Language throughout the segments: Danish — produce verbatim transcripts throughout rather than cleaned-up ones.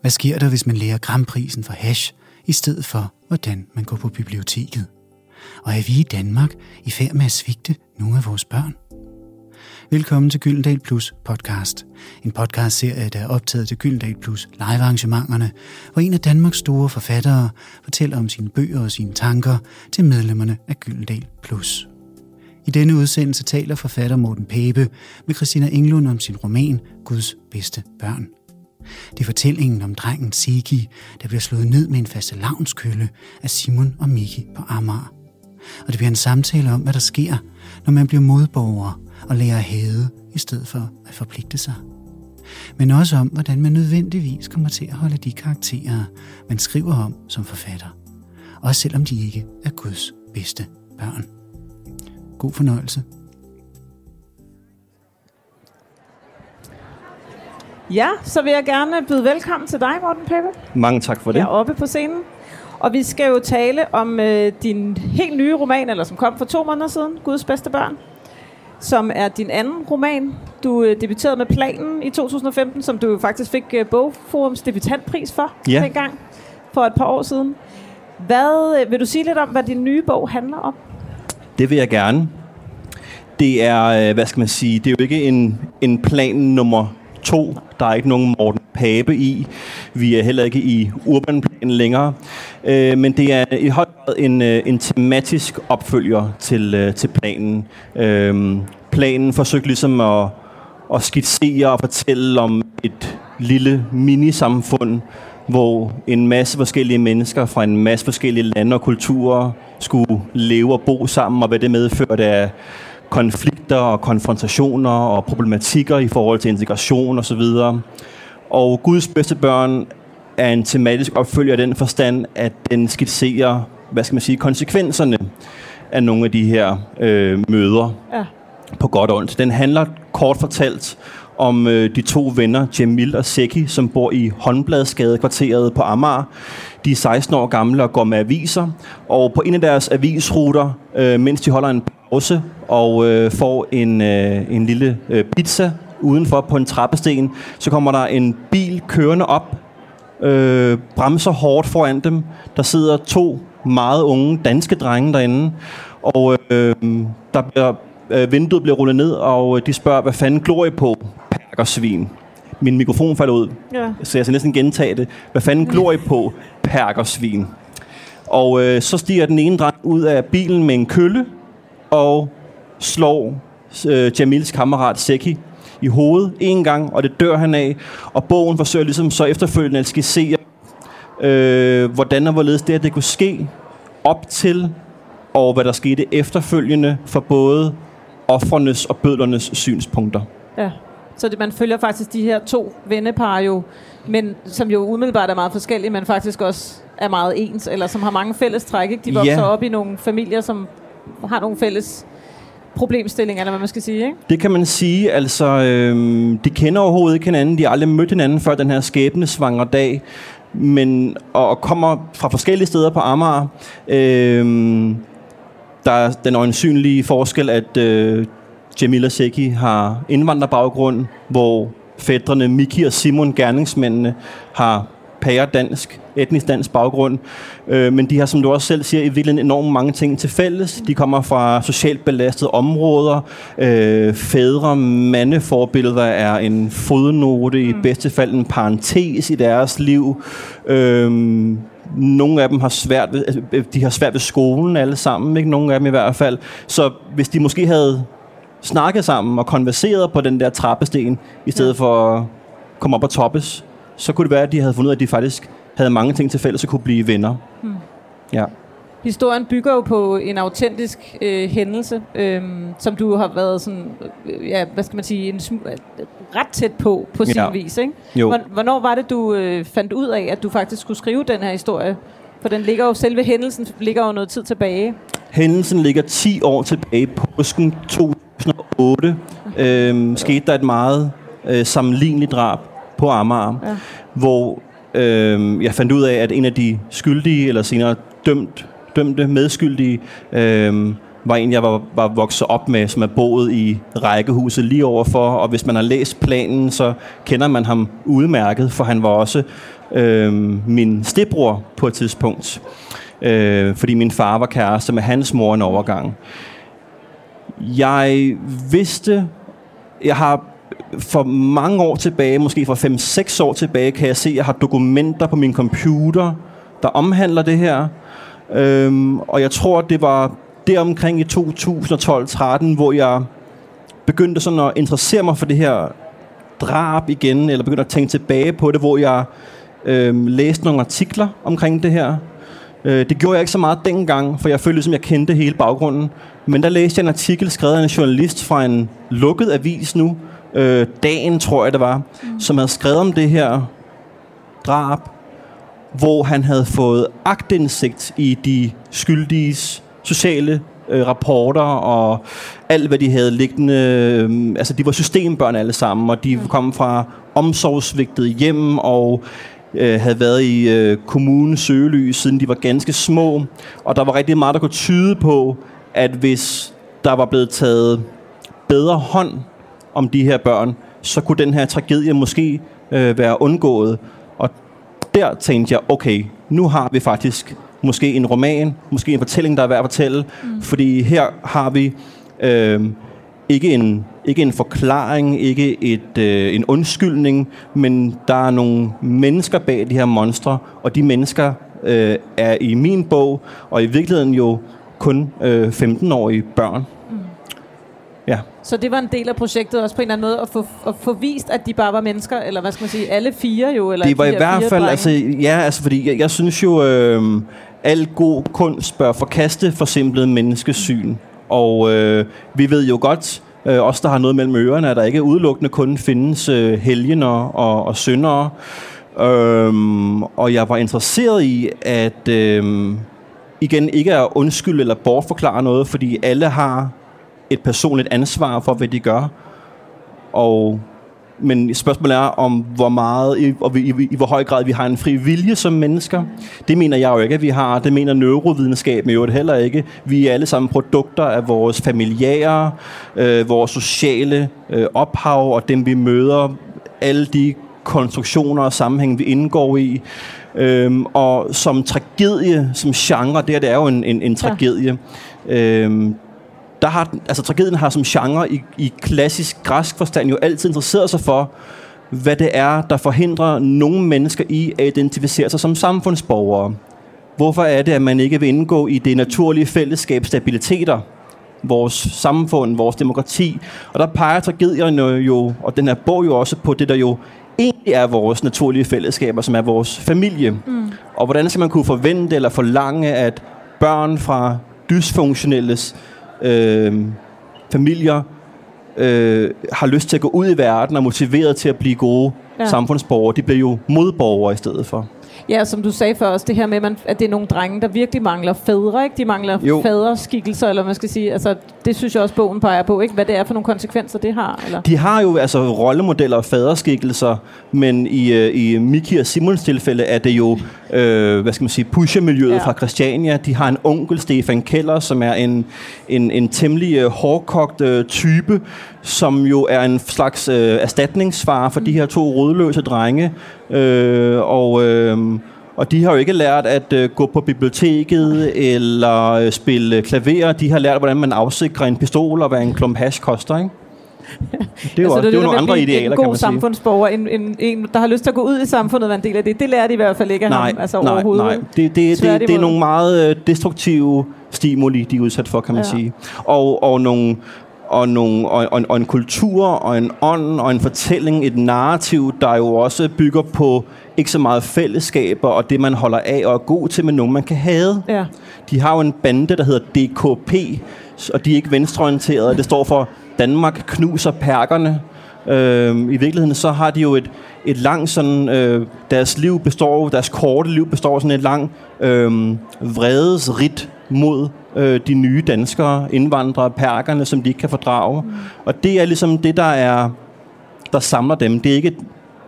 Hvad sker der, hvis man lærer gramprisen for hash, i stedet for, hvordan man går på biblioteket? Og er vi i Danmark i færd med at svigte nogle af vores børn? Velkommen til Gyldendal Plus podcast. En podcastserie, der er optaget til Gyldendal Plus live-arrangementerne, hvor en af Danmarks store forfattere fortæller om sine bøger og sine tanker til medlemmerne af Gyldendal Plus. I denne udsendelse taler forfatter Morten Pape med Christina Englund om sin roman Guds bedste børn. Det er fortællingen om drengen Sigi, der bliver slået ned med en fastelavnskølle af Simon og Miki på Amager. Og det bliver en samtale om, hvad der sker, når man bliver modborger og lærer at hade i stedet for at forpligte sig. Men også om, hvordan man nødvendigvis kommer til at holde de karakterer, man skriver om som forfatter. Også selvom de ikke er Guds bedste børn. God fornøjelse. Ja, så vil jeg gerne byde velkommen til dig, Morten Pape. Mange tak for det. Heroppe på scenen. Og vi skal jo tale om øh, din helt nye roman, eller som kom for to måneder siden, Guds bedste børn, som er din anden roman. Du øh, debuterede med Planen i to tusind og femten, som du jo faktisk fik øh, Bogforums debutantpris for ja. dengang, for et par år siden. Hvad, øh, vil du sige lidt om, hvad din nye bog handler om? Det vil jeg gerne. Det er, hvad skal man sige, det er jo ikke en, en plan nummer to. Der er ikke nogen Morten Pape i. Vi er heller ikke i urbanplanen længere. Øh, men det er i høj grad en, en tematisk opfølger til, til planen. Øh, planen forsøgte ligesom at, at skitsere og fortælle om et lille minisamfund, hvor en masse forskellige mennesker fra en masse forskellige lande og kulturer skulle leve og bo sammen, og hvad det medførte af konflikter og konfrontationer og problematikker i forhold til integration osv. Og Guds bedste børn er en tematisk opfølger af den forstand, at den skitserer, hvad skal man sige, konsekvenserne af nogle af de her øh, møder ja. på godt og ondt. Den handler kort fortalt om øh, de to venner, Jamil og Seki, som bor i Håndbladsgadekvarteret på Amager. De er seksten år gamle og går med aviser, og på en af deres avisruter, øh, mens de holder en pause og øh, får en, øh, en lille øh, pizza udenfor på en trappesten, så kommer der en bil kørende op, øh, bremser hårdt foran dem. Der sidder to meget unge danske drenge derinde, og øh, der bliver, øh, vinduet bliver rullet ned, og de spørger, hvad fanden glor I på, perkersvin? Min mikrofon falder ud, ja. så jeg skal næsten gentage det. Hvad fanden glor I på, perkersvin? Og øh, så stiger den ene dreng ud af bilen med en kølle, og slår øh, Jamils kammerat Seki i hovedet en gang, og det dør han af. Og bogen forsøger ligesom så efterfølgende at skitsere, øh, hvordan og hvorledes det, at det kunne ske op til, og hvad der skete efterfølgende for både ofrenes og bødlernes synspunkter. Ja, så det, man følger faktisk de her to vennepar jo, men som jo umiddelbart er meget forskellige, men faktisk også er meget ens, eller som har mange fælles træk, ikke? De vokser ja. op i nogle familier, som har nogle fælles problemstillinger, eller hvad man skal sige, ikke? Det kan man sige. Altså, øh, de kender overhovedet ikke hinanden. De har aldrig mødt hinanden før den her skæbnesvangre dag. Men, og, og kommer fra forskellige steder på Amager. Øh, der er den øjensynlige forskel, at øh, Jamil og Seki har indvandrerbaggrund, hvor fædrene Miki og Simon, gerningsmændene, har pæredansk, etnisk dansk baggrund. Øh, men de har, som du også selv siger, i virkeligheden enormt mange ting til fælles. De kommer fra socialt belastede områder. Øh, fædre, mandeforbilleder er en fodnote, i bedste fald en parentes i deres liv. Øh, nogle af dem har svært ved, de har svært ved skolen alle sammen, ikke? Nogle af dem i hvert fald. Så hvis de måske havde snakket sammen og konverseret på den der trappesten, i stedet ja. for at komme op og toppes, så kunne det være, at de havde fundet ud af, at de faktisk havde mange ting til fælles og kunne blive venner. Hmm. Ja. Historien bygger jo på en autentisk øh, hændelse, øh, som du har været sådan, øh, ja, hvad skal man sige, en sm- ret tæt på, på sin ja. vis, ikke? Jo. Hvornår var det, du øh, fandt ud af, at du faktisk skulle skrive den her historie? For den ligger jo, selve hændelsen ligger jo noget tid tilbage. Hændelsen ligger ti år tilbage. Påsken to tusind og otte øh, skete der et meget øh, sammenligneligt drab på Amager, ja. hvor øh, jeg fandt ud af, at en af de skyldige, eller senere dømt, dømte medskyldige, øh, var en, jeg var, var vokset op med, som er boet i rækkehuset lige overfor. Og hvis man har læst planen, så kender man ham udmærket, for han var også øh, min stedbror på et tidspunkt. Øh, fordi min far var kæreste med hans mor en overgang. Jeg vidste, jeg har for mange år tilbage, måske for fem seks år tilbage, kan jeg se, at jeg har dokumenter på min computer, der omhandler det her. Øhm, og jeg tror, det var deromkring i to tusind og tolv tretten, hvor jeg begyndte sådan at interessere mig for det her drab igen, eller begyndte at tænke tilbage på det, hvor jeg øhm, læste nogle artikler omkring det her. Øh, det gjorde jeg ikke så meget dengang, for jeg følte, som jeg kendte hele baggrunden. Men der læste jeg en artikel skrevet af en journalist fra en lukket avis nu, øh, Dagen tror jeg det var, mm. som havde skrevet om det her drab, hvor han havde fået aktindsigt i de skyldiges sociale øh, rapporter og alt, hvad de havde liggende. Øh, altså, de var systembørn alle sammen, og de mm. kom fra omsorgsvigtede hjem og øh, havde været i øh, kommunens søgelys, siden de var ganske små. Og der var rigtig meget, der kunne tyde på, at hvis der var blevet taget bedre hånd om de her børn, så kunne den her tragedie måske øh, være undgået. Og der tænkte jeg, okay, nu har vi faktisk måske en roman, måske en fortælling, der er værd at fortælle, mm. fordi her har vi øh, ikke, en, ikke en forklaring, ikke et, øh, en undskyldning, men der er nogle mennesker bag de her monstre, og de mennesker øh, er i min bog, og i virkeligheden jo kun øh, femten-årige børn. Mm. Ja. Så det var en del af projektet også på en eller anden måde, at få, at få vist, at de bare var mennesker, eller hvad skal man sige, alle fire jo? Eller det var de i hvert fald, altså, ja, altså, fordi jeg, jeg synes jo, øh, al god kunst bør forkaste forsimplet menneskesyn. Og øh, vi ved jo godt, øh, os der har noget mellem ørerne, at der ikke udelukkende kun findes øh, helgener og, og syndere. Øh, og jeg var interesseret i, at øh, igen ikke at undskylde eller bortforklare noget, fordi alle har et personligt ansvar for, hvad de gør. Og, men spørgsmålet er, om hvor meget, i, og i, i, i hvor høj grad vi har en fri vilje som mennesker. Det mener jeg jo ikke, at vi har. Det mener neurovidenskab jo heller ikke. Vi er alle sammen produkter af vores familiære, øh, vores sociale øh, ophav, og dem vi møder, alle de konstruktioner og sammenhæng, vi indgår i. Øhm, og som tragedie, som genre, det, her, det er jo en, en, en tragedie. Ja. Øhm, Der har, altså tragedien har som genre i, i klassisk græsk forstand jo altid interesseret sig for, hvad det er, der forhindrer nogle mennesker i at identificere sig som samfundsborgere. Hvorfor er det, at man ikke vil indgå i det naturlige fællesskab stabiliteter, vores samfund, vores demokrati? Og der peger tragedierne jo, og den her bog jo også på det, der jo egentlig er vores naturlige fællesskaber, som er vores familie. Mm. Og hvordan skal man kunne forvente eller forlange, at børn fra dysfunktionelles Øh, familier øh, har lyst til at gå ud i verden og motiveret til at blive gode ja. samfundsborgere. De bliver jo modborgere i stedet for. Ja, som du sagde for os, det her med, at det er nogle drenge, der virkelig mangler fædre, ikke? De mangler jo. faderskikkelser, eller man skal sige. Altså, det synes jeg også, bogen peger på, ikke? Hvad det er for nogle konsekvenser, det har. Eller? De har jo altså rollemodeller og faderskikkelser, men i, i Miki og Simons tilfælde er det jo, øh, hvad skal man sige, pushermiljøet ja. fra Christiania. De har en onkel, Stefan Keller, som er en, en, en temmelig uh, hårdkogt uh, type, som jo er en slags øh, erstatningsfar for mm. de her to rodløse drenge. Øh, og, øh, og de har jo ikke lært at øh, gå på biblioteket eller øh, spille klaver. De har lært, hvordan man afsikrer en pistol og hvad en klump hash koster, ikke? Det er jo, altså, det, det er jo nogle andre idealer, kan man sige. En god samfundsborger, en, en, en, der har lyst til at gå ud i samfundet og være en del af det, det lærer de i hvert fald ikke af nej, ham, altså nej, overhovedet. Nej, det, det, det, det er nogle meget destruktive stimuli, de er udsat for, kan man ja. sige. Og, og nogle... Og, nogle, og, og, og en kultur, og en ånd, og en fortælling, et narrativ, der jo også bygger på ikke så meget fællesskaber, og det, man holder af og er god til, med nogen, man kan have. Ja. De har jo en bande, der hedder D K P, og de er ikke venstreorienterede. Det står for Danmark knuser perkerne. Øh, I virkeligheden så har de jo et, et langt sådan, øh, deres liv består, deres korte liv består af sådan et langt øh, vredesridt mod øh, de nye danskere, indvandrere, perkerne, som de ikke kan fordrage. Mm. Og det er ligesom det, der er, der samler dem. Det er ikke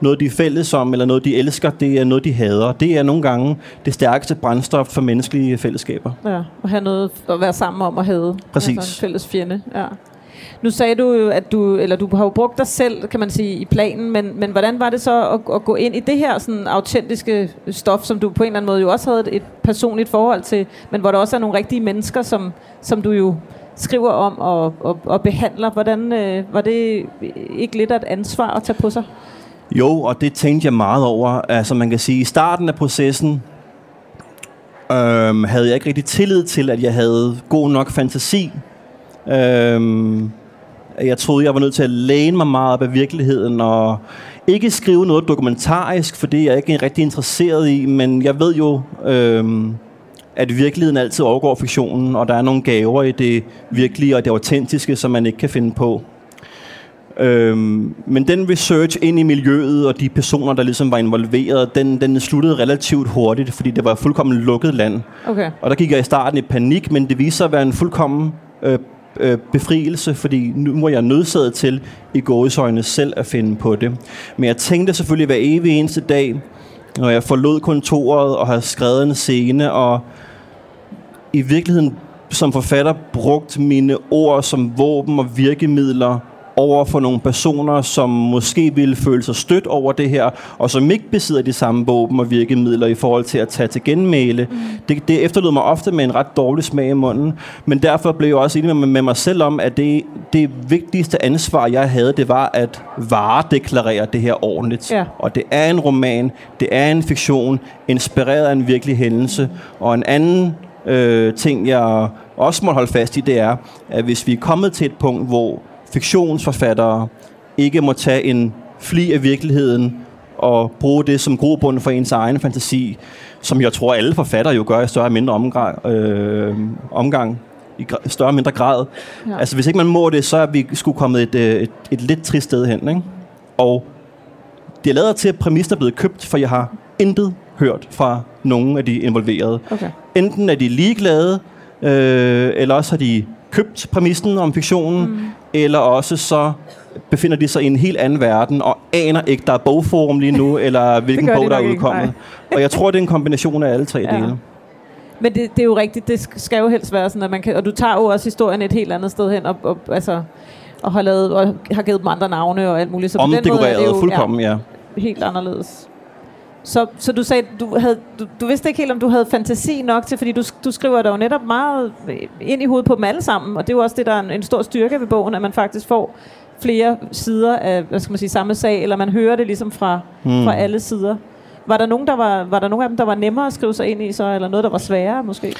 noget, de er fælles om, eller noget, de elsker, det er noget, de hader. Det er nogle gange det stærkeste brændstof for menneskelige fællesskaber. Ja, og have noget at være sammen om og hade. Præcis. Altså en fælles fjende, ja. Nu sagde du jo, at du, eller du har jo brugt dig selv, kan man sige, i planen, men, men hvordan var det så at, at gå ind i det her sådan autentiske stof, som du på en eller anden måde jo også havde et, et personligt forhold til, men hvor der også er nogle rigtige mennesker, som, som du jo skriver om og, og, og behandler. Hvordan øh, var det ikke lidt af et ansvar at tage på sig? Jo, og det tænkte jeg meget over. Altså man kan sige, i starten af processen øhm, havde jeg ikke rigtig tillid til, at jeg havde god nok fantasi. Øhm, jeg troede, jeg var nødt til at læne mig meget op af virkeligheden og ikke skrive noget dokumentarisk, for det er jeg ikke rigtig interesseret i, men jeg ved jo, øhm, at virkeligheden altid overgår fiktionen, og der er nogle gaver i det virkelige og det autentiske, som man ikke kan finde på. Øhm, men den research ind i miljøet og de personer, der ligesom var involveret, den, den sluttede relativt hurtigt, fordi det var fuldkommen lukket land. Okay. Og der gik jeg i starten i panik, men det viste sig at være en fuldkommen øh, øh, befrielse, fordi nu var jeg nødsaget til i gåseøjne selv at finde på det. Men jeg tænkte selvfølgelig hver evig eneste dag, når jeg forlod kontoret og havde skrevet en scene, og i virkeligheden som forfatter brugt mine ord som våben og virkemidler over for nogle personer, som måske ville føle sig stødt over det her, og som ikke besidder de samme våben og virkemidler i forhold til at tage til genmæle. Mm. Det, det efterlod mig ofte med en ret dårlig smag i munden, men derfor blev jeg også enig med, med mig selv om, at det, det vigtigste ansvar, jeg havde, det var at varedeklarere det her ordentligt. Ja. Og det er en roman, det er en fiktion, inspireret af en virkelig hændelse, og en anden øh, ting, jeg også må holde fast i, det er, at hvis vi er kommet til et punkt, hvor fiktionsforfattere ikke må tage en fli af virkeligheden og bruge det som grobund for ens egen fantasi, som jeg tror alle forfattere jo gør i større og mindre omgang, øh, omgang i større og mindre grad. Ja. Altså hvis ikke man må det, så er vi skulle kommet et, et, et, et lidt trist sted hen, ikke? Og det lader til, at præmissen er blevet købt, for jeg har intet hørt fra nogen af de involverede. Okay. Enten er de ligeglade, øh, eller også har de købt præmissen om fiktionen, mm. eller også så befinder de sig i en helt anden verden, og aner ikke, der er bogforum lige nu, eller hvilken bog, der er udkommet. Og jeg tror, det er en kombination af alle tre ja. dele. Men det, det er jo rigtigt, det skal jo helst være sådan, at man kan, og du tager jo også historien et helt andet sted hen, og, og, altså, og, har, lavet, og har givet dem andre navne og alt muligt. Så omdekoreret, på den måde er det jo, fuldkommen, ja. Helt anderledes. Så, så du sagde, du, havde, du, du vidste ikke helt, om du havde fantasi nok til, fordi du, du skriver dig jo netop meget ind i hovedet på dem alle sammen, og det er jo også det, der er en, en stor styrke ved bogen, at man faktisk får flere sider af, hvad skal man sige, samme sag, eller man hører det ligesom fra, hmm. fra alle sider. Var der nogen, der var, var der nogen af dem, der var nemmere at skrive sig ind i, så, eller noget, der var sværere måske?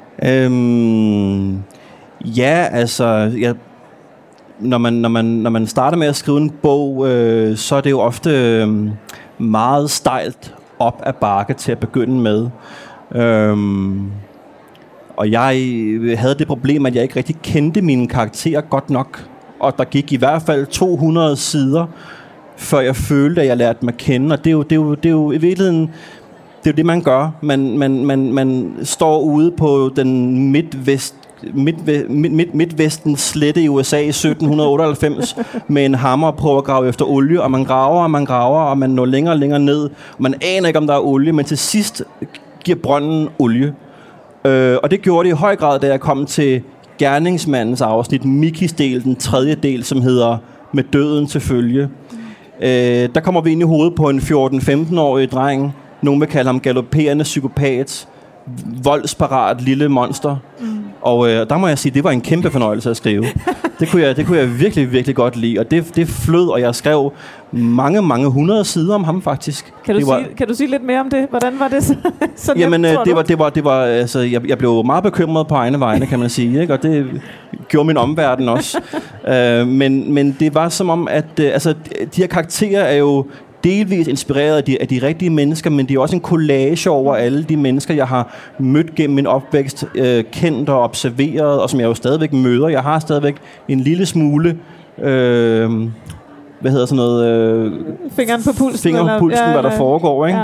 Øhm, ja, altså, jeg, når, man, når, man, når man starter med at skrive en bog, øh, så er det jo ofte øh, meget stejlt op ad bakke til at begynde med. Øhm, og jeg havde det problem, at jeg ikke rigtig kendte mine karakterer godt nok. Og der gik i hvert fald to hundrede sider, før jeg følte, at jeg lærte dem at kende. Og det er jo, det er jo, det er jo i virkeligheden, det er jo det, man gør. Man, man, man, man står ude på den midtvest, midt, midt, midt, midtvestens slette i U S A i sytten otteoghalvfems med en hammer og prøver at grave efter olie, og man graver, og man graver, og man når længere og længere ned. Man aner ikke, om der er olie, men til sidst giver brønden olie. Øh, og det gjorde det i høj grad, da jeg kom til gerningsmandens afsnit, Mikis del, den tredje del, som hedder Med døden til følge. Øh, der kommer vi ind i hovedet på en fjorten-femten-årig dreng. Nogen vil kalde ham galopperende psykopat, voldsparat lille monster. Mm. Og øh, der må jeg sige, det var en kæmpe fornøjelse at skrive. Det kunne jeg, det kunne jeg virkelig, virkelig godt lide. Og det, det flød, og jeg skrev mange, mange hundrede sider om ham faktisk. Kan du, det var, sige, kan du sige lidt mere om det? Hvordan var det så, så nemt, jamen, øh, det var, det var, det var, altså, jeg, jeg blev meget bekymret på egne vegne, kan man sige. Ikke? Og det gjorde min omverden også. øh, men, men det var som om, at øh, altså, de her karakterer er jo delvis inspireret af de, af de rigtige mennesker, men det er også en collage over alle de mennesker, jeg har mødt gennem min opvækst, øh, kendt og observeret, og som jeg jo stadigvæk møder. Jeg har stadigvæk en lille smule, øh, hvad hedder sådan noget? Øh, Fingeren på pulsen. Fingeren på pulsen, ja, hvad der foregår, ikke? Ja.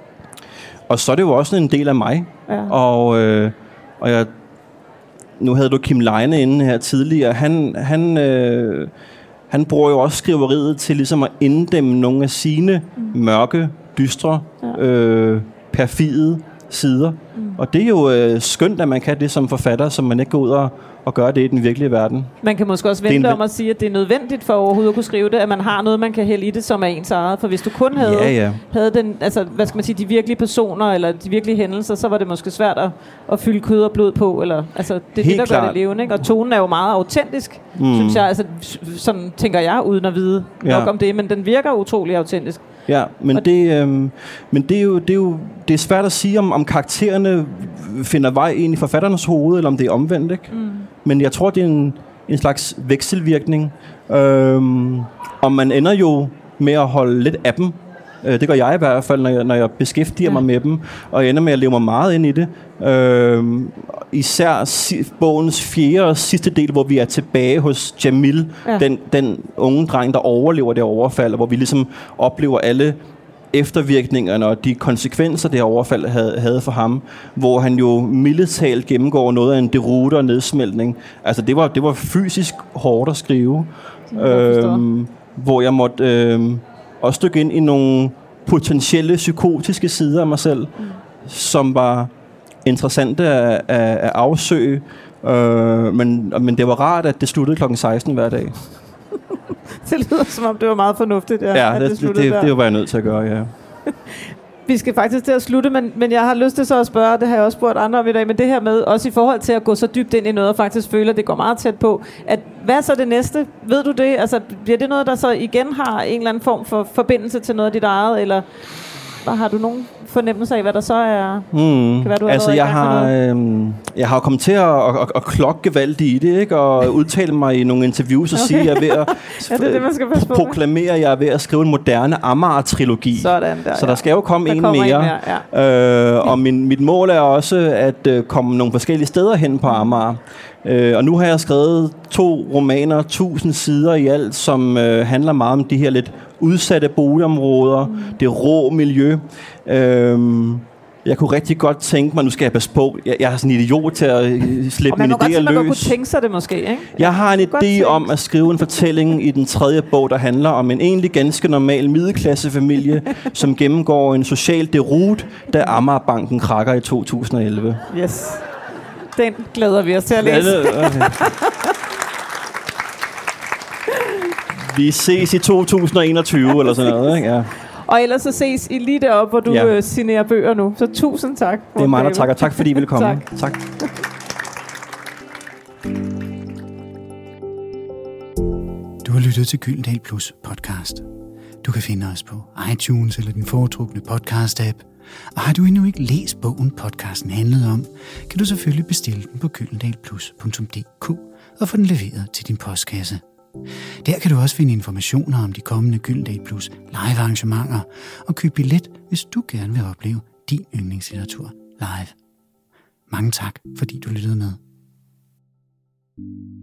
Og så er det jo også en del af mig. Ja. Og, øh, og jeg, nu havde du Kim Leine inde her tidligere. Han, han, øh, han bruger jo også skriveriet til ligesom at inddæmme nogle af sine mm. mørke, dystre, ja. øh, perfide sider. Mm. Og det er jo øh, skønt, at man kan det som forfatter, som man ikke går ud og, og gør det i den virkelige verden. Man kan måske også vente om at sige, at det er nødvendigt for overhovedet at kunne skrive det, at man har noget, man kan hælde i det, som er ens eget. For hvis du kun havde, ja, ja. havde den, altså, hvad skal man sige, de virkelige personer, eller de virkelige hændelser, så var det måske svært at, at fylde kød og blod på. Eller, altså, det er Helt det, der klart. gør det levende. Ikke? Og tonen er jo meget autentisk, mm. synes jeg. Altså, sådan tænker jeg, uden at vide ja. nok om det, men den virker utrolig autentisk. Ja, men, det, øh, men det, er jo, det er jo det er svært at sige, om, om karaktererne finder vej ind i forfatternes hoved, eller om det er omvendt, ikke? Mm. Men jeg tror, det er en, en slags vekselvirkning. Øhm, og man ender jo med at holde lidt af dem. Øh, det gør jeg i hvert fald, når jeg, når jeg beskæftiger ja. mig med dem. Og jeg ender med at leve mig meget ind i det. Øhm, især si- bogens fjerde og sidste del, hvor vi er tilbage hos Jamil, ja. den, den unge dreng, der overlever det overfald, hvor vi ligesom oplever alle eftervirkningerne og de konsekvenser, det her overfald havde, havde for ham, hvor han jo mildest talt gennemgår noget af en deroute og nedsmeltning. Altså, det var, det var fysisk hårdt at skrive. Øhm, hvor jeg måtte øhm, også dykke ind i nogle potentielle psykotiske sider af mig selv, mm. som var interessante at, at, at afsøge. Øh, men, men det var rart, at det sluttede klokken seksten hver dag. Det lyder som om, det var meget fornuftigt. Ja, ja det, det, det, det, det var jeg nødt til at gøre, ja. Vi skal faktisk til at slutte, men, men jeg har lyst til så at spørge, det har jeg også spurgt andre om i dag, men det her med, også i forhold til at gå så dybt ind i noget, og faktisk føle, at det går meget tæt på, at hvad er så det næste? Ved du det? Altså, bliver det noget, der så igen har en eller anden form for forbindelse til noget af dit eget, eller har du nogen fornemmelse af, hvad der så er? Mm. Kan være, du altså, jeg har, øh, jeg har kommet til at, at, at, at klokke gevaldigt i det, ikke? Og udtale mig i nogle interviews og okay. sige, at jeg er ved at ja, det er det, man skal passe på. proklamere, at jeg er ved at skrive en moderne Amager-trilogi. Sådan der, så der skal jo komme der en mere. En mere ja. øh, og min, mit mål er også at øh, komme nogle forskellige steder hen på Amager. Øh, og nu har jeg skrevet to romaner, tusind sider i alt, som øh, handler meget om de her lidt udsatte boligområder, mm. det rå miljø. Øh, jeg kunne rigtig godt tænke mig, nu skal jeg passe på, jeg, jeg er sådan en idiot til at slippe mine idéer løs. Man kan godt kunne tænke sig det måske, ikke? Jeg har en idé om at skrive en fortælling i den tredje bog, der handler om en egentlig ganske normal middelklassefamilie, som gennemgår en social deroute, da Amagerbanken krakker i to tusind og elleve. Yes. Den glæder vi os til at læse. Okay. Vi ses i to tusind og enogtyve eller sådan noget, ikke? Ja. Og ellers så ses I lige deroppe, hvor du ja. øh, signerer bøger nu. Så tusind tak. Det er mig, der takker. Tak fordi I ville komme. tak. tak. Du har lyttet til Gyldendal Plus podcast. Du kan finde os på iTunes eller din foretrukne podcast-app. Og har du endnu ikke læst bogen, podcasten handlede om, kan du selvfølgelig bestille den på gyldendalplus punktum d k og få den leveret til din postkasse. Der kan du også finde informationer om de kommende Gyldendal Plus live arrangementer og købe billet, hvis du gerne vil opleve din yndlingslitteratur live. Mange tak, fordi du lyttede med.